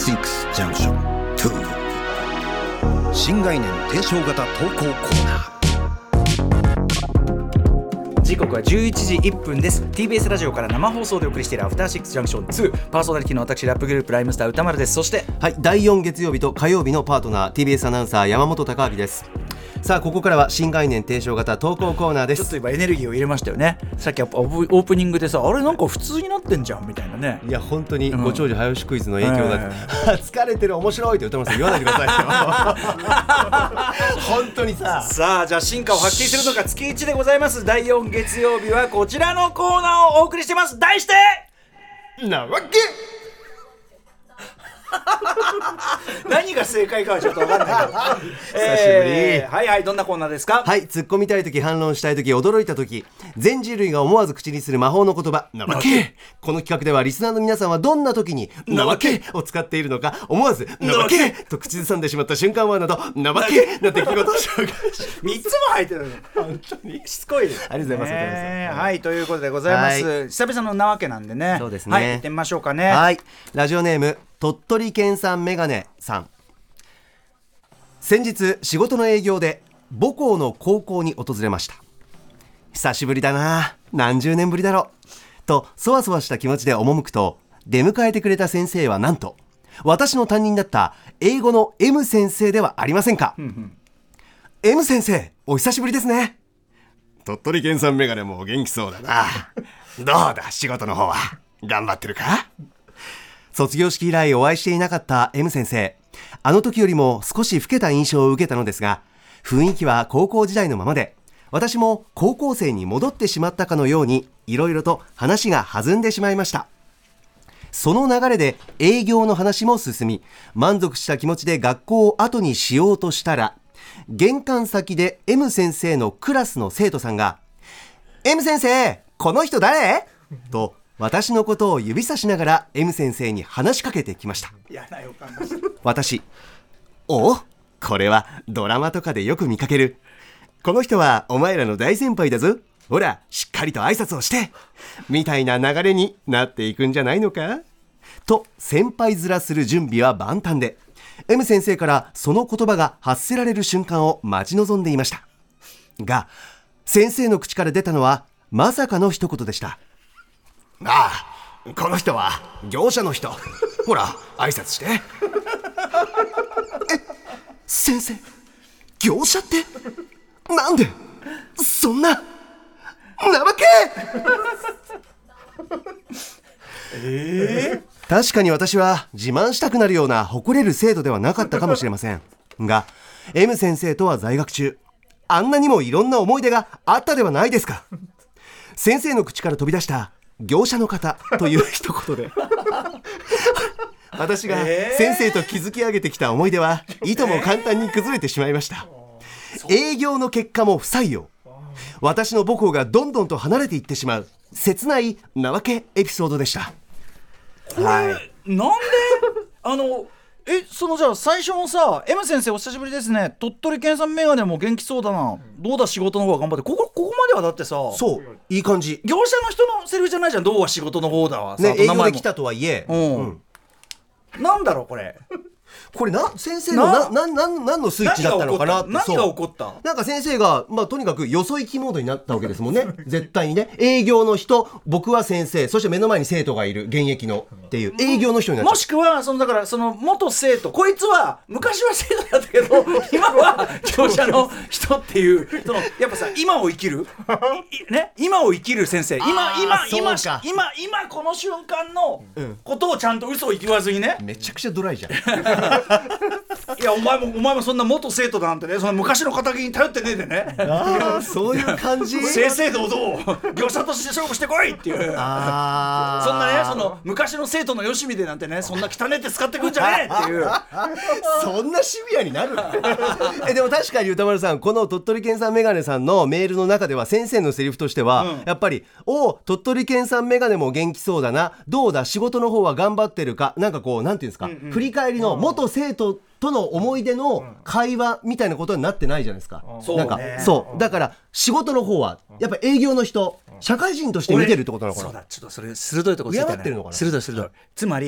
シックスジャンクション2新概念提唱型投稿コーナー。 時刻は11時1分です。 TBS ラジオから生放送でお送りしているアフターシックスジャンクション2、パーソナリティの私ラップグループライムスター歌丸です。そしてはい、第4月曜日と火曜日のパートナー TBS アナウンサー山本貴明です。さあここからは新概念提唱型投稿コーナーです。 ちょっと今エネルギーを入れましたよね。さっきオープニングでさ、あれなんか普通になってんじゃんみたいなね。 いや本当にご長寿早押しクイズの影響だって、疲れてる面白いって歌丸さん言わないでくださいよ本当にさあじゃあ進化を発揮するのが月1でございます。第4月曜日はこちらのコーナーをお送りしてます。題してなわけ何が正解かはちょっと分かんないけど久しぶり、 はいはい、どんなコーナーですか？ はい、突っ込みたいとき、反論したいとき、驚いたとき、全人類が思わず口にする魔法の言葉、なわけ。この企画ではリスナーの皆さんはどんなときになわけを使っているのか、思わずなわけと口ずさんでしまった瞬間はなど、なわけの出来事を紹介し 3つも入ってるの本当にしつこいです。 ありがとうございます、 はい、ということでございます、はい、久々のなわけなんでね。 そうですね、 はい、行ってみましょうかね。 はい、ラジオネーム鳥取県産メガネさん。先日仕事の営業で母校の高校に訪れました。久しぶりだな、何十年ぶりだろうとそわそわした気持ちで赴くと、出迎えてくれた先生はなんと私の担任だった英語の M 先生ではありませんか。M 先生、お久しぶりですね。鳥取県産メガネもお元気そうだな。どうだ仕事の方は頑張ってるか。卒業式以来お会いしていなかった M 先生、あの時よりも少し老けた印象を受けたのですが、雰囲気は高校時代のままで、私も高校生に戻ってしまったかのように、いろいろと話が弾んでしまいました。その流れで営業の話も進み、満足した気持ちで学校を後にしようとしたら、玄関先で M 先生のクラスの生徒さんが、M 先生、この人誰？と私のことを指さしながら M 先生に話しかけてきました。 嫌な予感がする。 私、お、これはドラマとかでよく見かける。この人はお前らの大先輩だぞ。ほら、しっかりと挨拶をして。みたいな流れになっていくんじゃないのかと、先輩面する準備は万端で、M 先生からその言葉が発せられる瞬間を待ち望んでいました。が、先生の口から出たのはまさかの一言でした。ああ、この人は業者の人。ほら、挨拶して。先生、業者ってなんでそんなわけ確かに私は自慢したくなるような誇れる生徒ではなかったかもしれませんが、 M 先生とは在学中、あんなにもいろんな思い出があったではないですか。先生の口から飛び出した業者の方という一言で私が先生と築き上げてきた思い出はいとも簡単に崩れてしまいました。営業の結果も不採用、私の母校がどんどんと離れていってしまう切ないなわけエピソードでした。 これ、はい、なんでそのじゃあ最初のさ、 M 先生お久しぶりですね、鳥取県産メガネも元気そうだな、どうだ仕事の方は頑張って、ここまではだってさ、 そういい感じ、 業者の人のセリフじゃないじゃん。どうは仕事の方だわ、 ね、営業で来たとはいえ、 なんだろうこれ先生の何のスイッチだったのかなって。 何が起こった？ なんか先生が、とにかくよそ行きモードになったわけですもんね絶対にね。営業の人、僕は先生、そして目の前に生徒がいる、現役のっていう営業の人になっちゃう。 もしくはだからその元生徒、こいつは昔は生徒だったけど今は業者の人っていうやっぱさ、今を生きるね、今を生きる先生、今この瞬間のことをちゃんと嘘を言わずにね。 めちゃくちゃドライじゃんいやお前もそんな元生徒だなんてね、その昔の仇に頼ってねえでね。 そういう感じ。 正々堂々業者として勝負してこいっていう。そんなね、その昔の生徒のよしみでなんてね、そんな汚ねって使ってくんじゃねえっていうそんなシビアになるでも確かに歌丸さん、この鳥取県産メガネさんのメールの中では先生のセリフとしては、やっぱり鳥取県産メガネも元気そうだな、どうだ仕事の方は頑張ってるか、なんかこうなんていうんですか、振り返りの元生徒との思い出の会話みたいなことになってないじゃないですか。なんかそうだから仕事の方はやっぱ営業の人、社会人として見てるってことなのかな。 そうだ、ちょっとそれ鋭いところついたね。 敬ってるのかな。 鋭い。つまり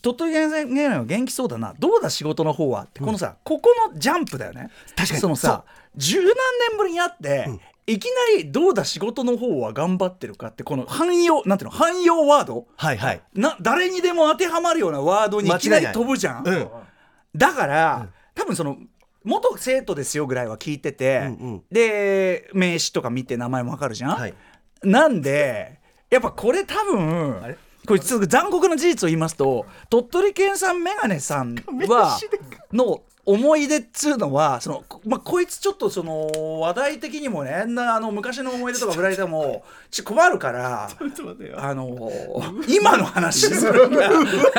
鳥取県産メガネは元気そうだな、どうだ仕事の方はって、このさ、ここのジャンプだよね。 確かにそのさ、十何年ぶりに会って、いきなりどうだ仕事の方は頑張ってるかって、この汎用なんていうの、汎用ワード、 はいはい、 誰にでも当てはまるようなワードにいきなり飛ぶじゃん。だから、多分その元生徒ですよぐらいは聞いてて、で名刺とか見て名前もわかるじゃん、はい、なんでやっぱこれ多分これ残酷な事実を言いますと、鳥取県産メガネさんはの思い出っつうのはその、こいつちょっとその話題的にもね、昔の思い出とか振られても困るから今の話するんだ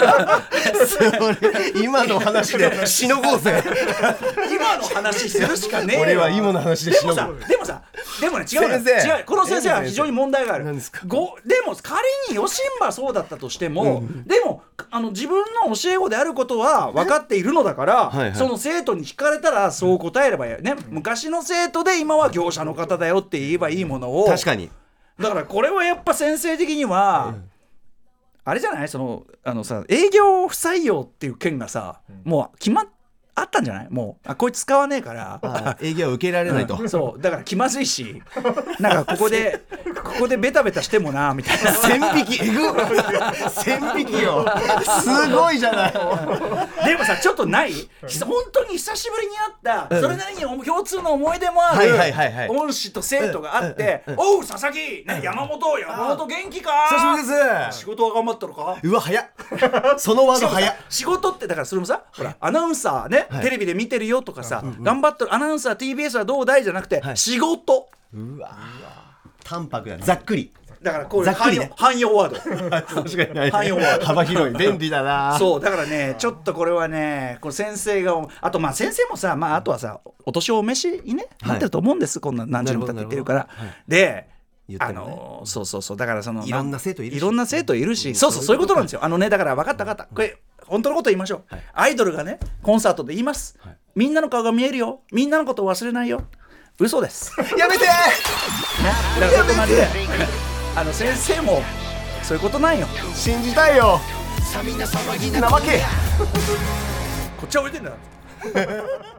今の話でしのごうぜ今の話するしかねえよ。 俺は今の話でしのごう。 でもね違う、この先生は非常に問題がある。でも仮に吉村そうだったとしても、でも自分の教え子であることは分かっているのだから、その生徒に聞かれたらそう答えればいいね。昔の生徒で今は業者の方だよって言えばいいものを。 確かに。 だからこれはやっぱ先生的には、あれじゃない、そのさ、営業不採用っていう件がさ、もうあったんじゃない。もうこいつ使わねえから営業受けられないと、 そうだから気まずいし、なんかここでベタベタしてもなみたいな。 線引きえぐ線引きよすごいじゃないでもさ、ちょっとない、本当に久しぶりに会った、それなりに共通の思い出もある恩師と生徒があって、おう佐々木、ね、山本元気か、 久しぶりです、 仕事は頑張ったのか。 うわ早っそのワード早っ。 仕事ってだからそれもさ、ほらアナウンサーね、テレビで見てるよとかさ、頑張ってるアナウンサー TBS はどうだいじゃなくて、仕事。 うわ淡白だ、ざっくりだからこういう汎用ワード確かに汎用ワード幅広い便利だな。 そうだからね、ちょっとこれはね、これ先生があと先生もさ、あとはさ、お年をお召しにねなってると思うんです、こんな何十年も経って言ってるから。でそうだからそのいろんな生徒いるし、 いろんな生徒いるし、そういうことなんですよ。だから分かったこれ本当のこと言いましょう、アイドルがねコンサートで言います、みんなの顔が見えるよ、みんなのことを忘れないよ、嘘ですやめてだからそういうことなんで先生もそういうことなんよ。 信じたいよ怠けこっちは置いてんだ